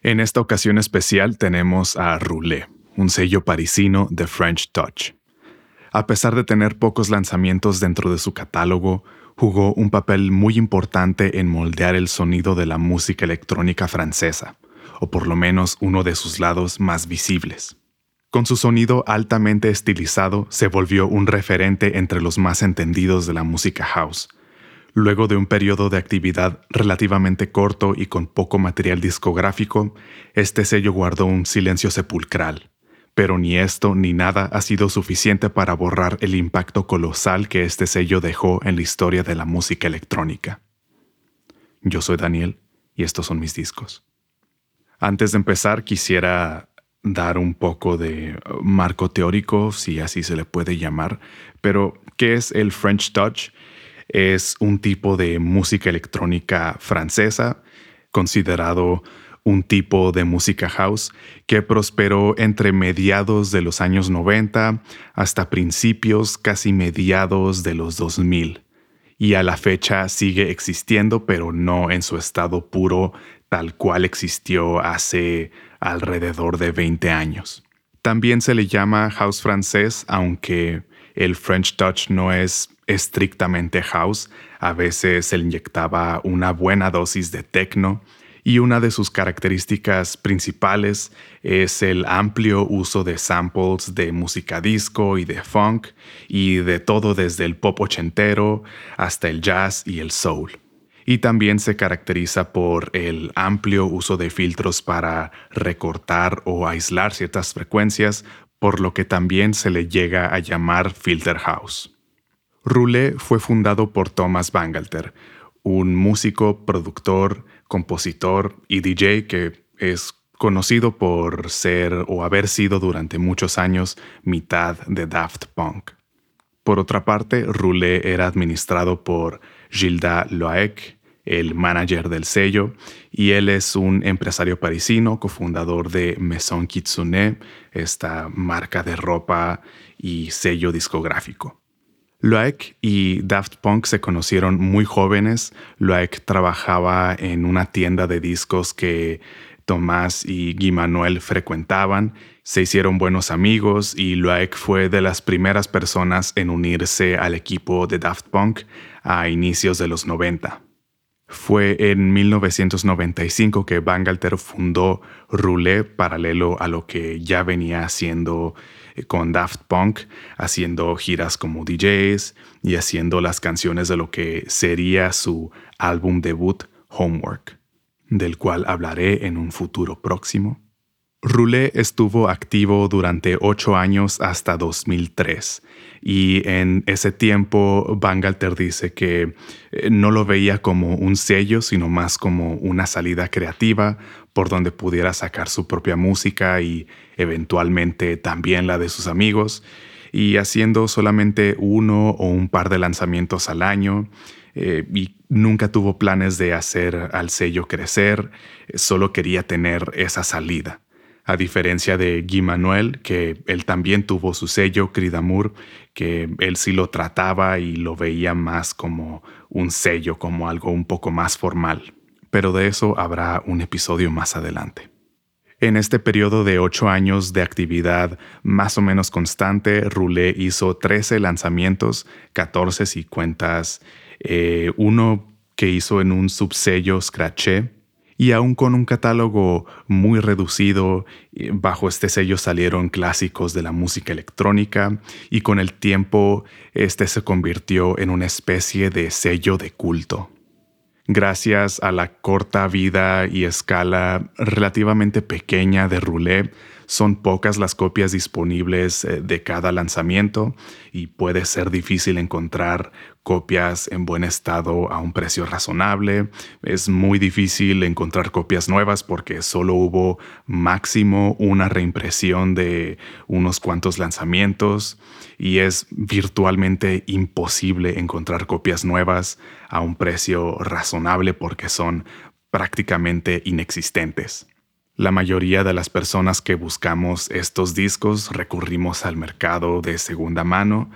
En esta ocasión especial tenemos a Roulé, un sello parisino de French Touch. A pesar de tener pocos lanzamientos dentro de su catálogo, jugó un papel muy importante en moldear el sonido de la música electrónica francesa, o por lo menos uno de sus lados más visibles. Con su sonido altamente estilizado, se volvió un referente entre los más entendidos de la música house. Luego de un periodo de actividad relativamente corto y con poco material discográfico, este sello guardó un silencio sepulcral. Pero ni esto ni nada ha sido suficiente para borrar el impacto colosal que este sello dejó en la historia de la música electrónica. Yo soy Daniel y estos son mis discos. Antes de empezar, quisiera dar un poco de marco teórico, si así se le puede llamar, pero ¿qué es el French Touch? Es un tipo de música electrónica francesa, considerado un tipo de música house que prosperó entre mediados de los años 90 hasta principios, casi mediados de los 2000. Y a la fecha sigue existiendo, pero no en su estado puro tal cual existió hace alrededor de 20 años. También se le llama house francés, aunque el French Touch no es estrictamente house. A veces se le inyectaba una buena dosis de techno y una de sus características principales es el amplio uso de samples de música disco y de funk y de todo desde el pop ochentero hasta el jazz y el soul. Y también se caracteriza por el amplio uso de filtros para recortar o aislar ciertas frecuencias, por lo que también se le llega a llamar filter house. Roulé fue fundado por Thomas Bangalter, un músico, productor, compositor y DJ que es conocido por ser o haber sido durante muchos años mitad de Daft Punk. Por otra parte, Roulé era administrado por Gilda Loaec, el manager del sello, y él es un empresario parisino, cofundador de Maison Kitsune, esta marca de ropa y sello discográfico. Loaec y Daft Punk se conocieron muy jóvenes. Loaec trabajaba en una tienda de discos que Tomás y Guy Manuel frecuentaban. Se hicieron buenos amigos y Loaec fue de las primeras personas en unirse al equipo de Daft Punk a inicios de los 90. Fue en 1995 que Bangalter fundó Roulé, paralelo a lo que ya venía haciendo con Daft Punk, haciendo giras como DJs y haciendo las canciones de lo que sería su álbum debut Homework, del cual hablaré en un futuro próximo. Roulé estuvo activo durante 8 años hasta 2003 y en ese tiempo Bangalter dice que no lo veía como un sello, sino más como una salida creativa por donde pudiera sacar su propia música y eventualmente también la de sus amigos, y haciendo solamente uno o un par de lanzamientos al año. Y nunca tuvo planes de hacer al sello crecer, solo quería tener esa salida. A diferencia de Guy Manuel, que él también tuvo su sello, Cri d'Amour, que él sí lo trataba y lo veía más como un sello, como algo un poco más formal. Pero de eso habrá un episodio más adelante. En este periodo de 8 años de actividad más o menos constante, Roulé hizo 13 lanzamientos, 14 si cuentas uno que hizo en un subsello Scratché. Y aún con un catálogo muy reducido, bajo este sello salieron clásicos de la música electrónica y con el tiempo este se convirtió en una especie de sello de culto. Gracias a la corta vida y escala relativamente pequeña de Roulé, son pocas las copias disponibles de cada lanzamiento y puede ser difícil encontrar copias en buen estado a un precio razonable. Es muy difícil encontrar copias nuevas porque solo hubo máximo una reimpresión de unos cuantos lanzamientos y es virtualmente imposible encontrar copias nuevas a un precio razonable porque son prácticamente inexistentes. La mayoría de las personas que buscamos estos discos recurrimos al mercado de segunda mano.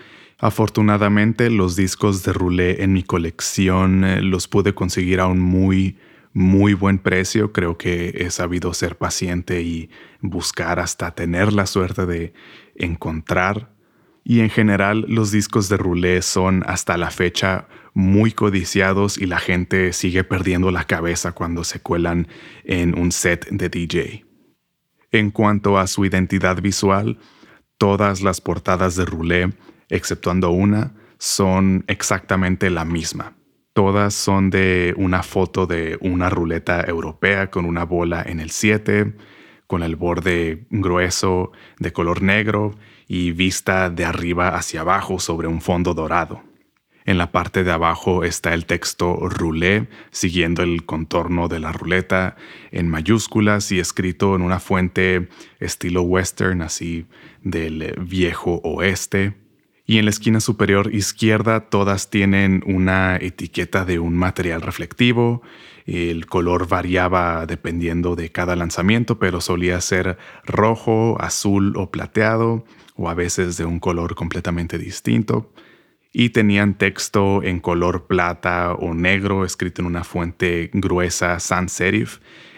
Afortunadamente, los discos de Roulé en mi colección los pude conseguir a un muy muy buen precio. Creo que he sabido ser paciente y buscar hasta tener la suerte de encontrar. Y en general los discos de Roulé son hasta la fecha muy codiciados y la gente sigue perdiendo la cabeza cuando se cuelan en un set de DJ. En cuanto a su identidad visual, todas las portadas de Roulé, exceptuando una, son exactamente la misma. Todas son de una foto de una ruleta europea con una bola en el 7, con el borde grueso de color negro y vista de arriba hacia abajo sobre un fondo dorado. En la parte de abajo está el texto Roulé, siguiendo el contorno de la ruleta en mayúsculas y escrito en una fuente estilo western, así del viejo oeste. Y en la esquina superior izquierda todas tienen una etiqueta de un material reflectivo. El color variaba dependiendo de cada lanzamiento, pero solía ser rojo, azul o plateado, o a veces de un color completamente distinto. Y tenían texto en color plata o negro, escrito en una fuente gruesa sans serif,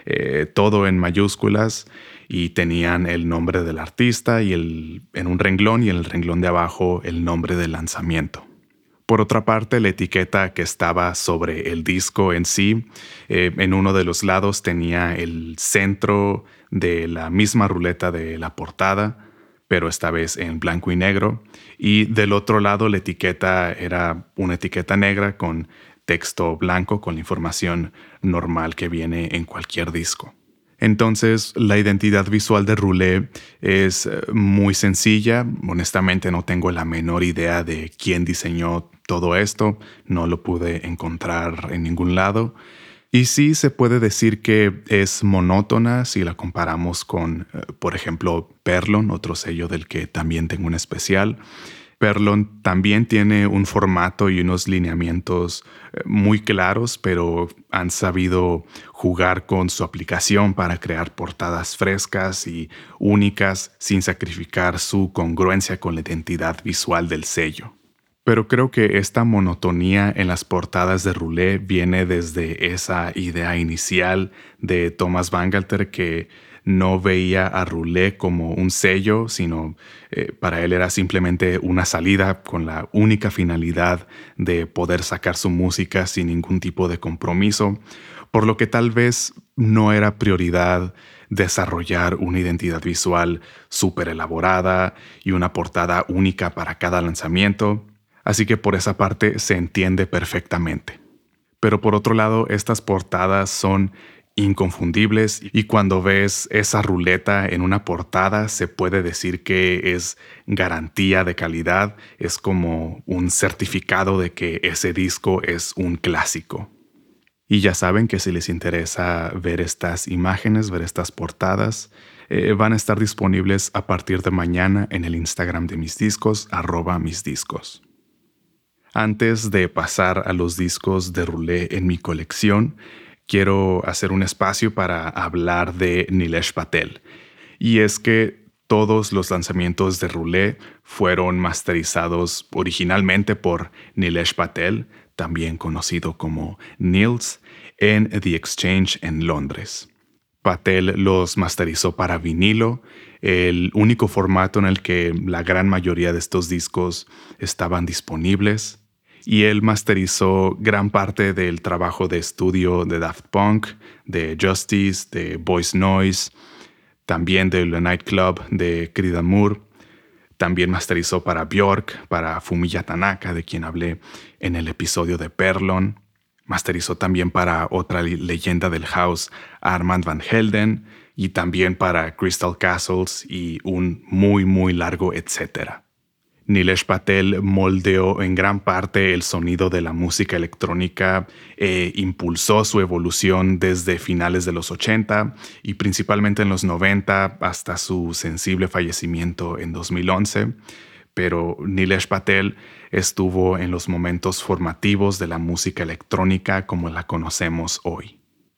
todo en mayúsculas, y tenían el nombre del artista en un renglón y en el renglón de abajo el nombre del lanzamiento. Por otra parte, la etiqueta que estaba sobre el disco en sí, en uno de los lados tenía el centro de la misma ruleta de la portada, pero esta vez en blanco y negro. Y del otro lado la etiqueta era una etiqueta negra con texto blanco con la información normal que viene en cualquier disco. Entonces, la identidad visual de Roulé es muy sencilla. Honestamente, no tengo la menor idea de quién diseñó todo esto. No lo pude encontrar en ningún lado. Y sí se puede decir que es monótona si la comparamos con, por ejemplo, Perlon, otro sello del que también tengo un especial. Perlon también tiene un formato y unos lineamientos muy claros, pero han sabido jugar con su aplicación para crear portadas frescas y únicas sin sacrificar su congruencia con la identidad visual del sello. Pero creo que esta monotonía en las portadas de Roulé viene desde esa idea inicial de Thomas Bangalter que no veía a Roulé como un sello, sino para él era simplemente una salida con la única finalidad de poder sacar su música sin ningún tipo de compromiso, por lo que tal vez no era prioridad desarrollar una identidad visual súper elaborada y una portada única para cada lanzamiento. Así que por esa parte se entiende perfectamente. Pero por otro lado, estas portadas son inconfundibles y cuando ves esa ruleta en una portada se puede decir que es garantía de calidad, es como un certificado de que ese disco es un clásico. Y ya saben que si les interesa ver estas imágenes, ver estas portadas, van a estar disponibles a partir de mañana en el Instagram de Mis Discos, @misdiscos. Antes de pasar a los discos de Roulé en mi colección, quiero hacer un espacio para hablar de Nilesh Patel. Y es que todos los lanzamientos de Roulé fueron masterizados originalmente por Nilesh Patel, también conocido como Nils, en The Exchange en Londres. Patel los masterizó para vinilo, el único formato en el que la gran mayoría de estos discos estaban disponibles. Y él masterizó gran parte del trabajo de estudio de Daft Punk, de Justice, de Boys Noise, también de The Night Club de Creed and Moore. También masterizó para Björk, para Fumiya Tanaka, de quien hablé en el episodio de Perlon. Masterizó también para otra leyenda del house, Armand Van Helden, y también para Crystal Castles y un muy largo etcétera. Nilesh Patel moldeó en gran parte el sonido de la música electrónica e impulsó su evolución desde finales de los 80 y principalmente en los 90 hasta su sensible fallecimiento en 2011. Pero Nilesh Patel estuvo en los momentos formativos de la música electrónica como la conocemos hoy.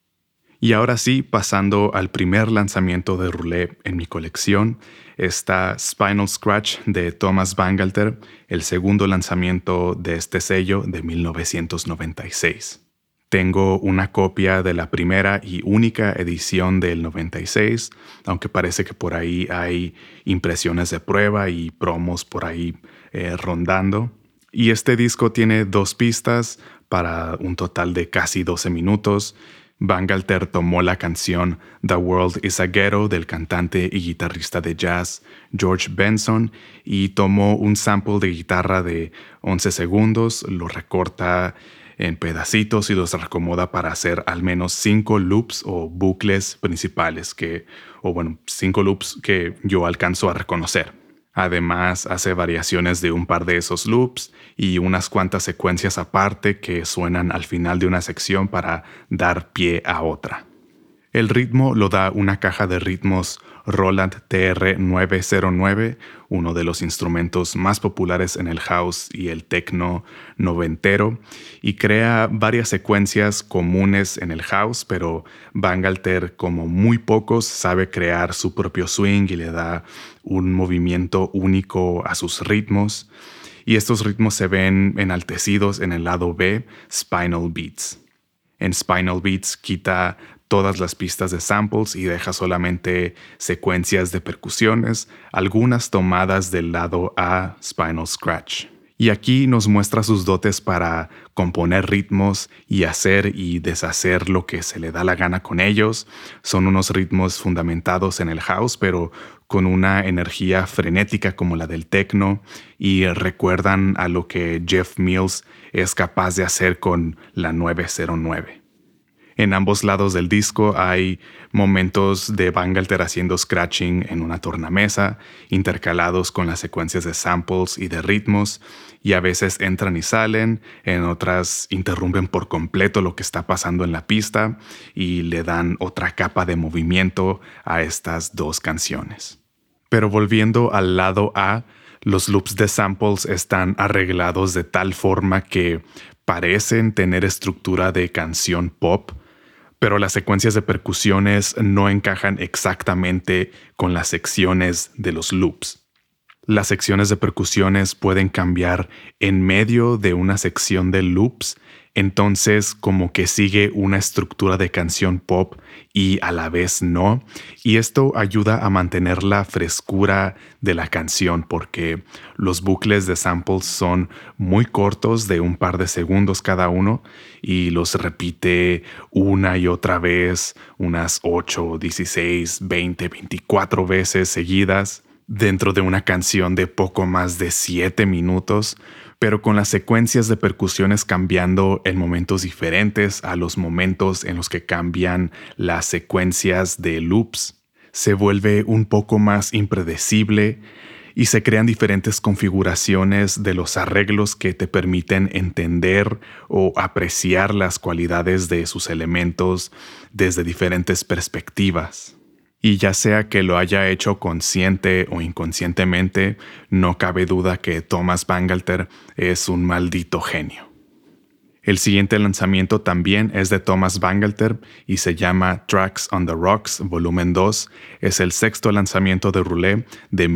Y ahora sí, pasando al primer lanzamiento de Roulé en mi colección, está Spinal Scratch de Thomas Bangalter, el segundo lanzamiento de este sello de 1996. Tengo una copia de la primera y única edición del 96, aunque parece que por ahí hay impresiones de prueba y promos por ahí rondando. Y este disco tiene 2 pistas para un total de casi 12 minutos. Bangalter tomó la canción The World is a Ghetto del cantante y guitarrista de jazz George Benson y tomó un sample de guitarra de 11 segundos, lo recorta en pedacitos y los reacomoda para hacer al menos 5 loops o bucles principales 5 loops que yo alcanzo a reconocer. Además, hace variaciones de un par de esos loops y unas cuantas secuencias aparte que suenan al final de una sección para dar pie a otra. El ritmo lo da una caja de ritmos Roland TR-909, uno de los instrumentos más populares en el house y el techno noventero, y crea varias secuencias comunes en el house, pero Bangalter, como muy pocos, sabe crear su propio swing y le da un movimiento único a sus ritmos. Y estos ritmos se ven enaltecidos en el lado B, Spinal Beats. En Spinal Beats quita todas las pistas de samples y deja solamente secuencias de percusiones, algunas tomadas del lado A, Spinal Scratch. Y aquí nos muestra sus dotes para componer ritmos y hacer y deshacer lo que se le da la gana con ellos. Son unos ritmos fundamentados en el house, pero con una energía frenética como la del techno, y recuerdan a lo que Jeff Mills es capaz de hacer con la 909. En ambos lados del disco hay momentos de Bangalter haciendo scratching en una tornamesa, intercalados con las secuencias de samples y de ritmos, y a veces entran y salen, en otras interrumpen por completo lo que está pasando en la pista y le dan otra capa de movimiento a estas 2 canciones. Pero volviendo al lado A, los loops de samples están arreglados de tal forma que parecen tener estructura de canción pop, pero las secuencias de percusiones no encajan exactamente con las secciones de los loops. Las secciones de percusiones pueden cambiar en medio de una sección de loops, entonces como que sigue una estructura de canción pop y a la vez no. Y esto ayuda a mantener la frescura de la canción porque los bucles de samples son muy cortos, de un par de segundos cada uno, y los repite una y otra vez, unas 8, 16, 20, 24 veces seguidas, dentro de una canción de poco más de 7 minutos, pero con las secuencias de percusiones cambiando en momentos diferentes a los momentos en los que cambian las secuencias de loops. Se vuelve un poco más impredecible y se crean diferentes configuraciones de los arreglos que te permiten entender o apreciar las cualidades de sus elementos desde diferentes perspectivas. Y ya sea que lo haya hecho consciente o inconscientemente, no cabe duda que Thomas Bangalter es un maldito genio. El siguiente lanzamiento también es de Thomas Bangalter y se llama Tracks on the Rocks, volumen 2. Es el 6º lanzamiento de Roulé de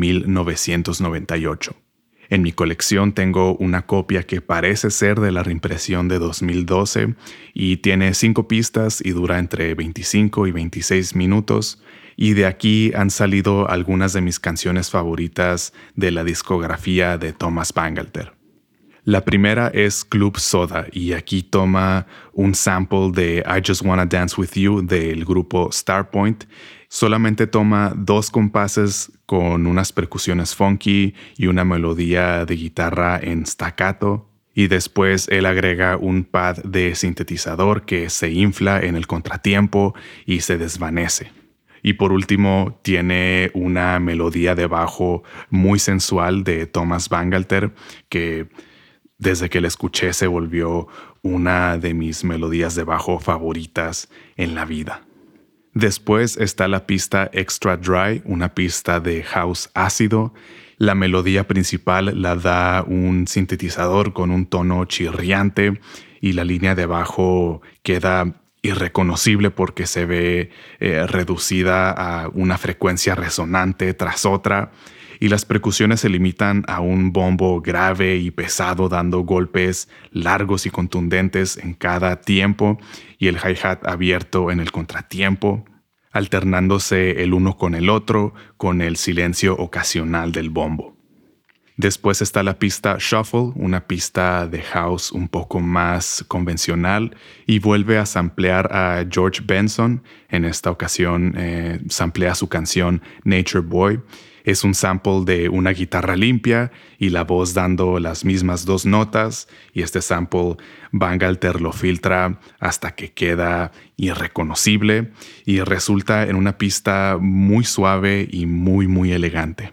1998. En mi colección tengo una copia que parece ser de la reimpresión de 2012 y tiene 5 pistas y dura entre 25 y 26 minutos. Y de aquí han salido algunas de mis canciones favoritas de la discografía de Thomas Bangalter. La primera es Club Soda y aquí toma un sample de I Just Wanna Dance With You del grupo Starpoint. Solamente toma 2 compases con unas percusiones funky y una melodía de guitarra en staccato. Y después él agrega un pad de sintetizador que se infla en el contratiempo y se desvanece. Y por último, tiene una melodía de bajo muy sensual de Thomas Bangalter que desde que la escuché se volvió una de mis melodías de bajo favoritas en la vida. Después está la pista Extra Dry, una pista de house ácido. La melodía principal la da un sintetizador con un tono chirriante y la línea de bajo queda irreconocible porque se ve reducida a una frecuencia resonante tras otra, y las percusiones se limitan a un bombo grave y pesado dando golpes largos y contundentes en cada tiempo y el hi-hat abierto en el contratiempo, alternándose el uno con el otro con el silencio ocasional del bombo. Después está la pista Shuffle, una pista de house un poco más convencional y vuelve a samplear a George Benson. En esta ocasión samplea su canción Nature Boy. Es un sample de una guitarra limpia y la voz dando las mismas dos notas, y este sample Bangalter lo filtra hasta que queda irreconocible y resulta en una pista muy suave y muy elegante.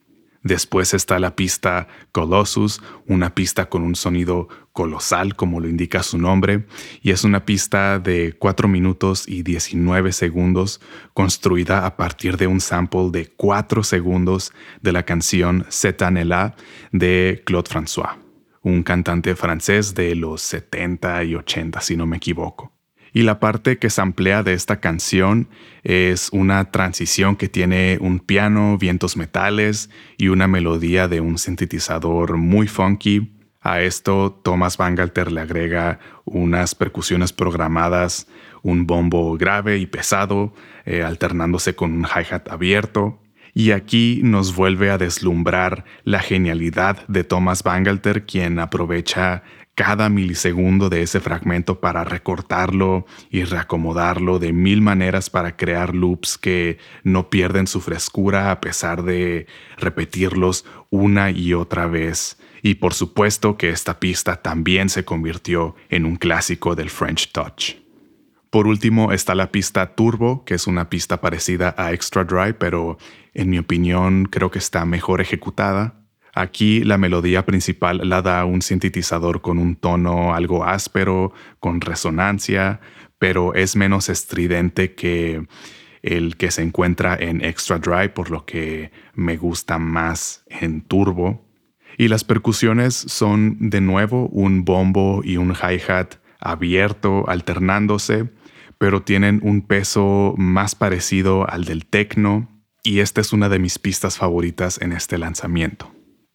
Después está la pista Colossus, una pista con un sonido colosal, como lo indica su nombre, y es una pista de 4 minutos y 19 segundos construida a partir de un sample de 4 segundos de la canción C'est un élan de Claude François, un cantante francés de los 70 y 80, si no me equivoco. Y la parte que samplea de esta canción es una transición que tiene un piano, vientos metales y una melodía de un sintetizador muy funky. A esto Thomas Bangalter le agrega unas percusiones programadas, un bombo grave y pesado, alternándose con un hi-hat abierto. Y aquí nos vuelve a deslumbrar la genialidad de Thomas Bangalter, quien aprovecha cada milisegundo de ese fragmento para recortarlo y reacomodarlo de 1000 maneras para crear loops que no pierden su frescura a pesar de repetirlos una y otra vez. Y por supuesto que esta pista también se convirtió en un clásico del French Touch. Por último está la pista Turbo, que es una pista parecida a Extra Dry, pero en mi opinión creo que está mejor ejecutada. Aquí la melodía principal la da un sintetizador con un tono algo áspero, con resonancia, pero es menos estridente que el que se encuentra en Extra Dry, por lo que me gusta más en Turbo. Y las percusiones son de nuevo un bombo y un hi-hat abierto alternándose, pero tienen un peso más parecido al del techno, y esta es una de mis pistas favoritas en este lanzamiento.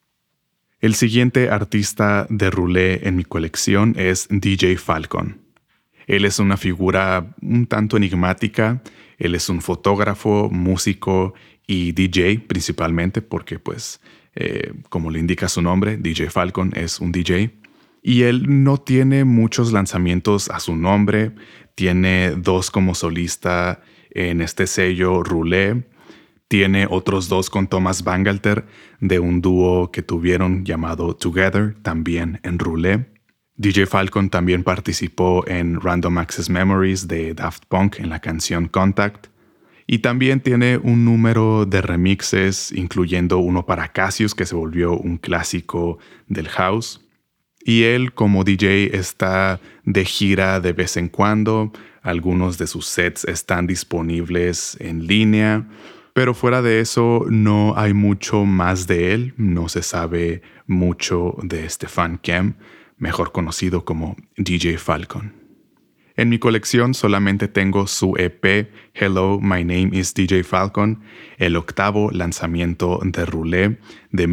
El siguiente artista de Roulé en mi colección es DJ Falcon. Él es una figura un tanto enigmática. Él es un fotógrafo, músico y DJ principalmente porque, como le indica su nombre, DJ Falcon es un DJ. Y él no tiene muchos lanzamientos a su nombre. Tiene 2 como solista en este sello Roulé. Tiene otros 2 con Thomas Bangalter de un dúo que tuvieron llamado Together, también en Roulé. DJ Falcon también participó en Random Access Memories de Daft Punk en la canción Contact. Y también tiene un número de remixes, incluyendo uno para Cassius, que se volvió un clásico del house. Y él, como DJ, está de gira de vez en cuando. Algunos de sus sets están disponibles en línea. Pero fuera de eso, no hay mucho más de él. No se sabe mucho de Stefan Kem, mejor conocido como DJ Falcon. En mi colección solamente tengo su EP Hello, My Name is DJ Falcon, el 8º lanzamiento de Roulé de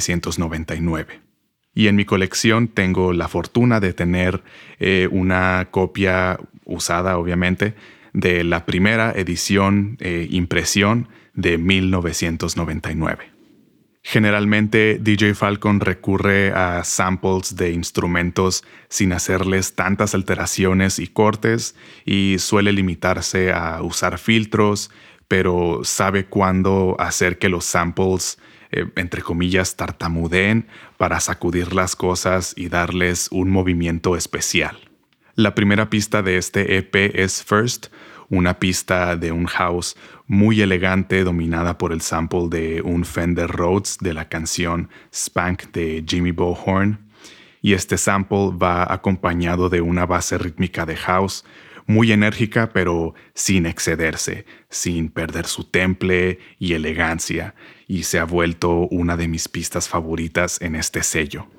1999. Y en mi colección tengo la fortuna de tener una copia usada, obviamente, de la primera edición impresión de 1999. Generalmente DJ Falcon recurre a samples de instrumentos sin hacerles tantas alteraciones y cortes y suele limitarse a usar filtros, pero sabe cuándo hacer que los samples, entre comillas, tartamudeen para sacudir las cosas y darles un movimiento especial. La primera pista de este EP es First, una pista de un house muy elegante dominada por el sample de un Fender Rhodes de la canción Spank de Jimmy Bo Horn. Y este sample va acompañado de una base rítmica de house muy enérgica, pero sin excederse, sin perder su temple y elegancia, y se ha vuelto una de mis pistas favoritas en este sello.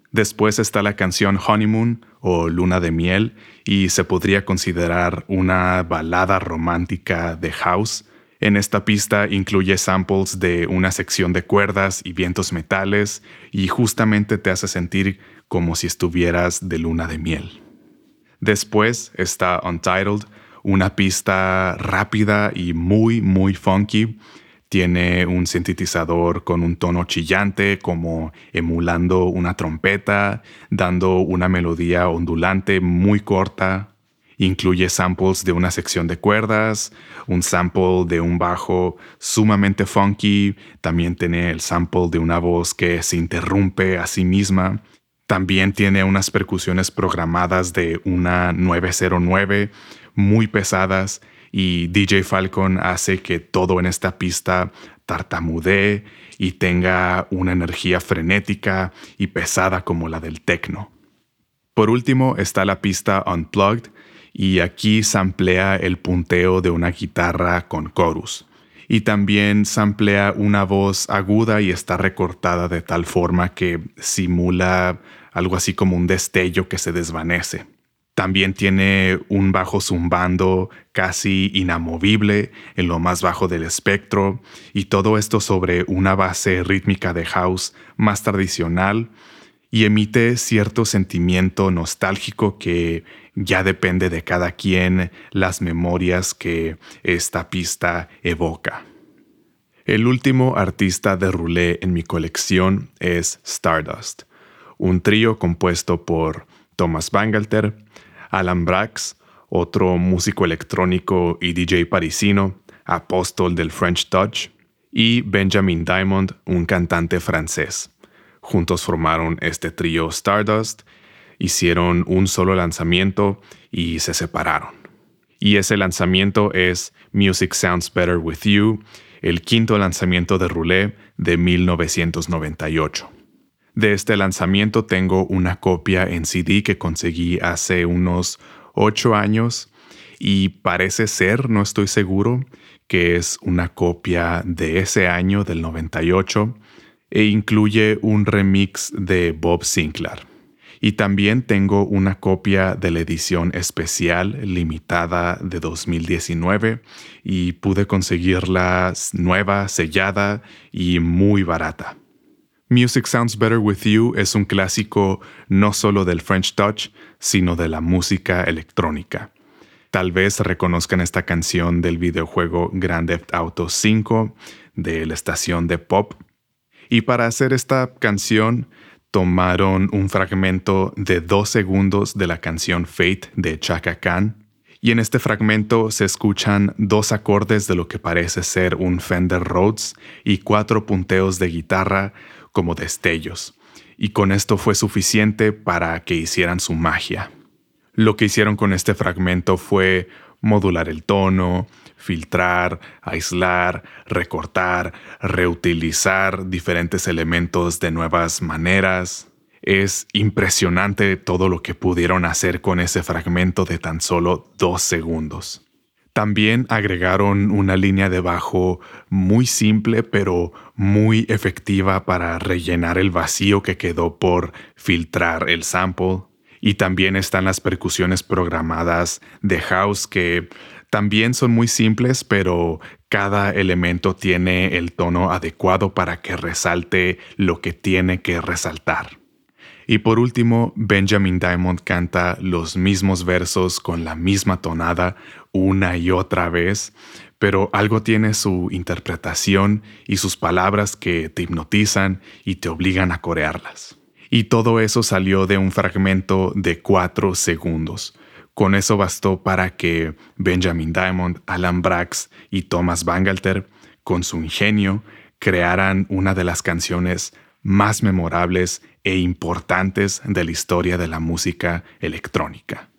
Después está la canción Honeymoon o Luna de Miel y se podría considerar una balada romántica de house. En esta pista incluye samples de una sección de cuerdas y vientos metales y justamente te hace sentir como si estuvieras de luna de miel. Después está Untitled, una pista rápida y muy funky. Tiene un sintetizador con un tono chillante, como emulando una trompeta, dando una melodía ondulante muy corta. Incluye samples de una sección de cuerdas, un sample de un bajo sumamente funky. También tiene el sample de una voz que se interrumpe a sí misma. También tiene unas percusiones programadas de una 909 muy pesadas y DJ Falcon hace que todo en esta pista tartamudee y tenga una energía frenética y pesada como la del techno. Por último está la pista Unplugged y aquí samplea el punteo de una guitarra con chorus. Y también samplea una voz aguda y está recortada de tal forma que simula algo así como un destello que se desvanece. También tiene un bajo zumbando casi inamovible en lo más bajo del espectro y todo esto sobre una base rítmica de house más tradicional y emite cierto sentimiento nostálgico que ya depende de cada quien las memorias que esta pista evoca. El último artista de Roulé en mi colección es Stardust, un trío compuesto por Thomas Bangalter, Alan Braxe, otro músico electrónico y DJ parisino, apóstol del French Touch, y Benjamin Diamond, un cantante francés. Juntos formaron este trío Stardust, hicieron un solo lanzamiento y se separaron. Y ese lanzamiento es Music Sounds Better With You, el quinto lanzamiento de Roulé de 1998. De este lanzamiento tengo una copia en CD que conseguí hace unos 8 años y parece ser, no estoy seguro, que es una copia de ese año del 98 e incluye un remix de Bob Sinclair. Y también tengo una copia de la edición especial limitada de 2019 y pude conseguirla nueva, sellada y muy barata. Music Sounds Better With You es un clásico no solo del French Touch, sino de la música electrónica. Tal vez reconozcan esta canción del videojuego Grand Theft Auto V de la estación de pop. Y para hacer esta canción, tomaron un fragmento de 2 segundos de la canción Fate de Chaka Khan. Y en este fragmento se escuchan 2 acordes de lo que parece ser un Fender Rhodes y 4 punteos de guitarra como destellos. Y con esto fue suficiente para que hicieran su magia. Lo que hicieron con este fragmento fue modular el tono, filtrar, aislar, recortar, reutilizar diferentes elementos de nuevas maneras. Es impresionante todo lo que pudieron hacer con ese fragmento de tan solo 2 segundos. También agregaron una línea de bajo muy simple pero muy efectiva para rellenar el vacío que quedó por filtrar el sample. Y también están las percusiones programadas de house que también son muy simples, pero cada elemento tiene el tono adecuado para que resalte lo que tiene que resaltar. Y por último, Benjamin Diamond canta los mismos versos con la misma tonada una y otra vez, pero algo tiene su interpretación y sus palabras que te hipnotizan y te obligan a corearlas. Y todo eso salió de un fragmento de 4 segundos. Con eso bastó para que Benjamin Diamond, Alan Braxe y Thomas Bangalter, con su ingenio, crearan una de las canciones más memorables e importantes de la historia de la música electrónica.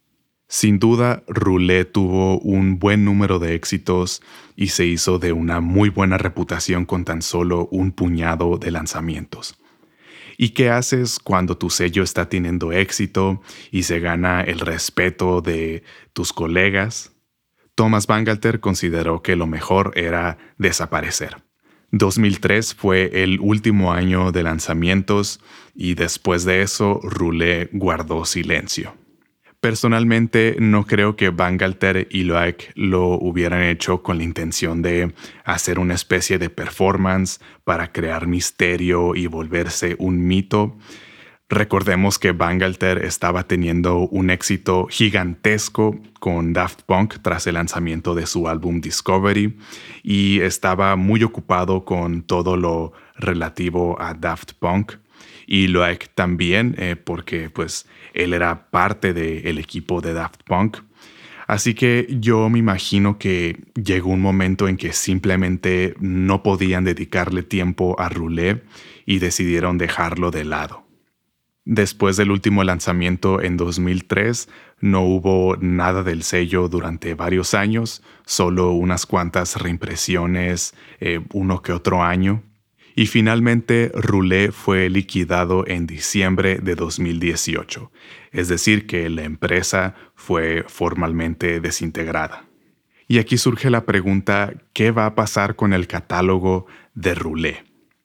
Sin duda, Roulé tuvo un buen número de éxitos y se hizo de una muy buena reputación con tan solo un puñado de lanzamientos. ¿Y qué haces cuando tu sello está teniendo éxito y se gana el respeto de tus colegas? Thomas Bangalter consideró que lo mejor era desaparecer. 2003 fue el último año de lanzamientos y después de eso Roulé guardó silencio. Personalmente no creo que Bangalter y Loaic lo hubieran hecho con la intención de hacer una especie de performance para crear misterio y volverse un mito. Recordemos que Bangalter estaba teniendo un éxito gigantesco con Daft Punk tras el lanzamiento de su álbum Discovery y estaba muy ocupado con todo lo relativo a Daft Punk. Y Loaic también, porque pues él era parte del equipo de Daft Punk. Así que yo me imagino que llegó un momento en que simplemente no podían dedicarle tiempo a Roulé y decidieron dejarlo de lado. Después del último lanzamiento en 2003, no hubo nada del sello durante varios años, solo unas cuantas reimpresiones, uno que otro año. Y finalmente, Roulé fue liquidado en diciembre de 2018, es decir, que la empresa fue formalmente desintegrada. Y aquí surge la pregunta, ¿qué va a pasar con el catálogo de Roulé?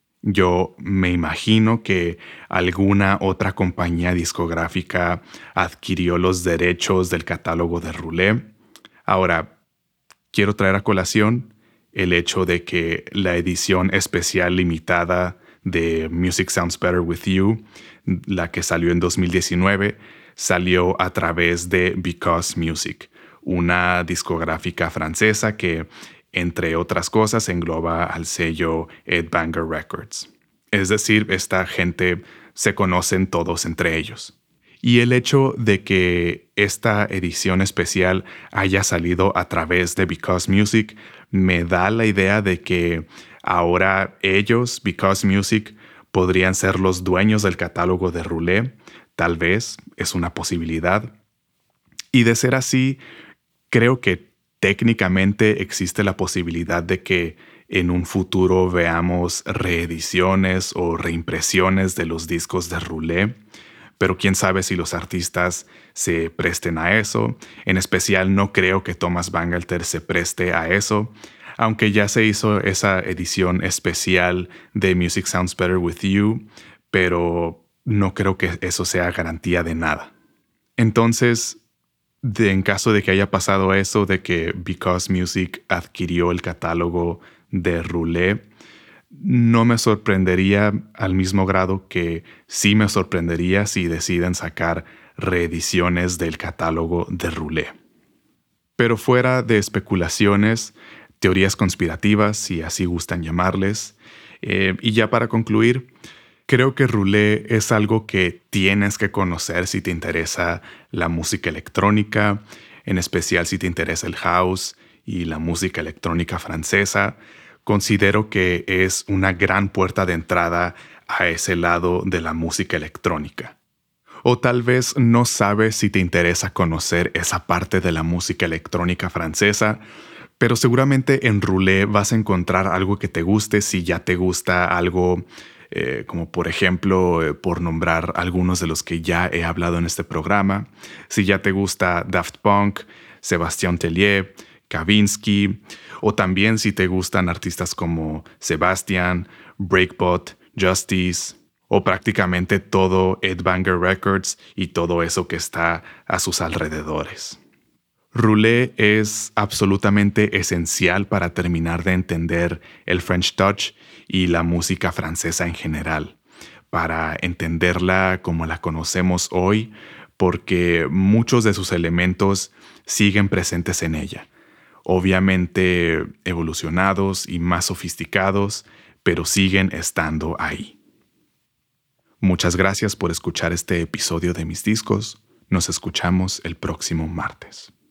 Yo me imagino que alguna otra compañía discográfica adquirió los derechos del catálogo de Roulé. Ahora, quiero traer a colación el hecho de que la edición especial limitada de Music Sounds Better With You, la que salió en 2019, salió a través de Because Music, una discográfica francesa que, entre otras cosas, engloba al sello Ed Banger Records. Es decir, esta gente se conocen todos entre ellos. Y el hecho de que esta edición especial haya salido a través de Because Music me da la idea de que ahora ellos, Because Music, podrían ser los dueños del catálogo de Roulé. Tal vez es una posibilidad. Y de ser así, creo que técnicamente existe la posibilidad de que en un futuro veamos reediciones o reimpresiones de los discos de Roulé. Pero quién sabe si los artistas se presten a eso. En especial no creo que Thomas Bangalter se preste a eso, aunque ya se hizo esa edición especial de Music Sounds Better With You, pero no creo que eso sea garantía de nada. Entonces, en caso de que haya pasado eso, de que Because Music adquirió el catálogo de Roulé, no me sorprendería al mismo grado que sí me sorprendería si deciden sacar reediciones del catálogo de Roulé. Pero fuera de especulaciones, teorías conspirativas, si así gustan llamarles, y ya para concluir, creo que Roulé es algo que tienes que conocer si te interesa la música electrónica, en especial si te interesa el house y la música electrónica francesa. Considero que es una gran puerta de entrada a ese lado de la música electrónica. O tal vez no sabes si te interesa conocer esa parte de la música electrónica francesa, pero seguramente en Roulé vas a encontrar algo que te guste si ya te gusta algo como por ejemplo, por nombrar algunos de los que ya he hablado en este programa, si ya te gusta Daft Punk, Sébastien Tellier, Kavinsky, o también si te gustan artistas como Sebastian, Breakbot, Justice, o prácticamente todo Ed Banger Records y todo eso que está a sus alrededores. Roulé es absolutamente esencial para terminar de entender el French Touch y la música francesa en general, para entenderla como la conocemos hoy, porque muchos de sus elementos siguen presentes en ella. Obviamente evolucionados y más sofisticados, pero siguen estando ahí. Muchas gracias por escuchar este episodio de Mis Discos. Nos escuchamos el próximo martes.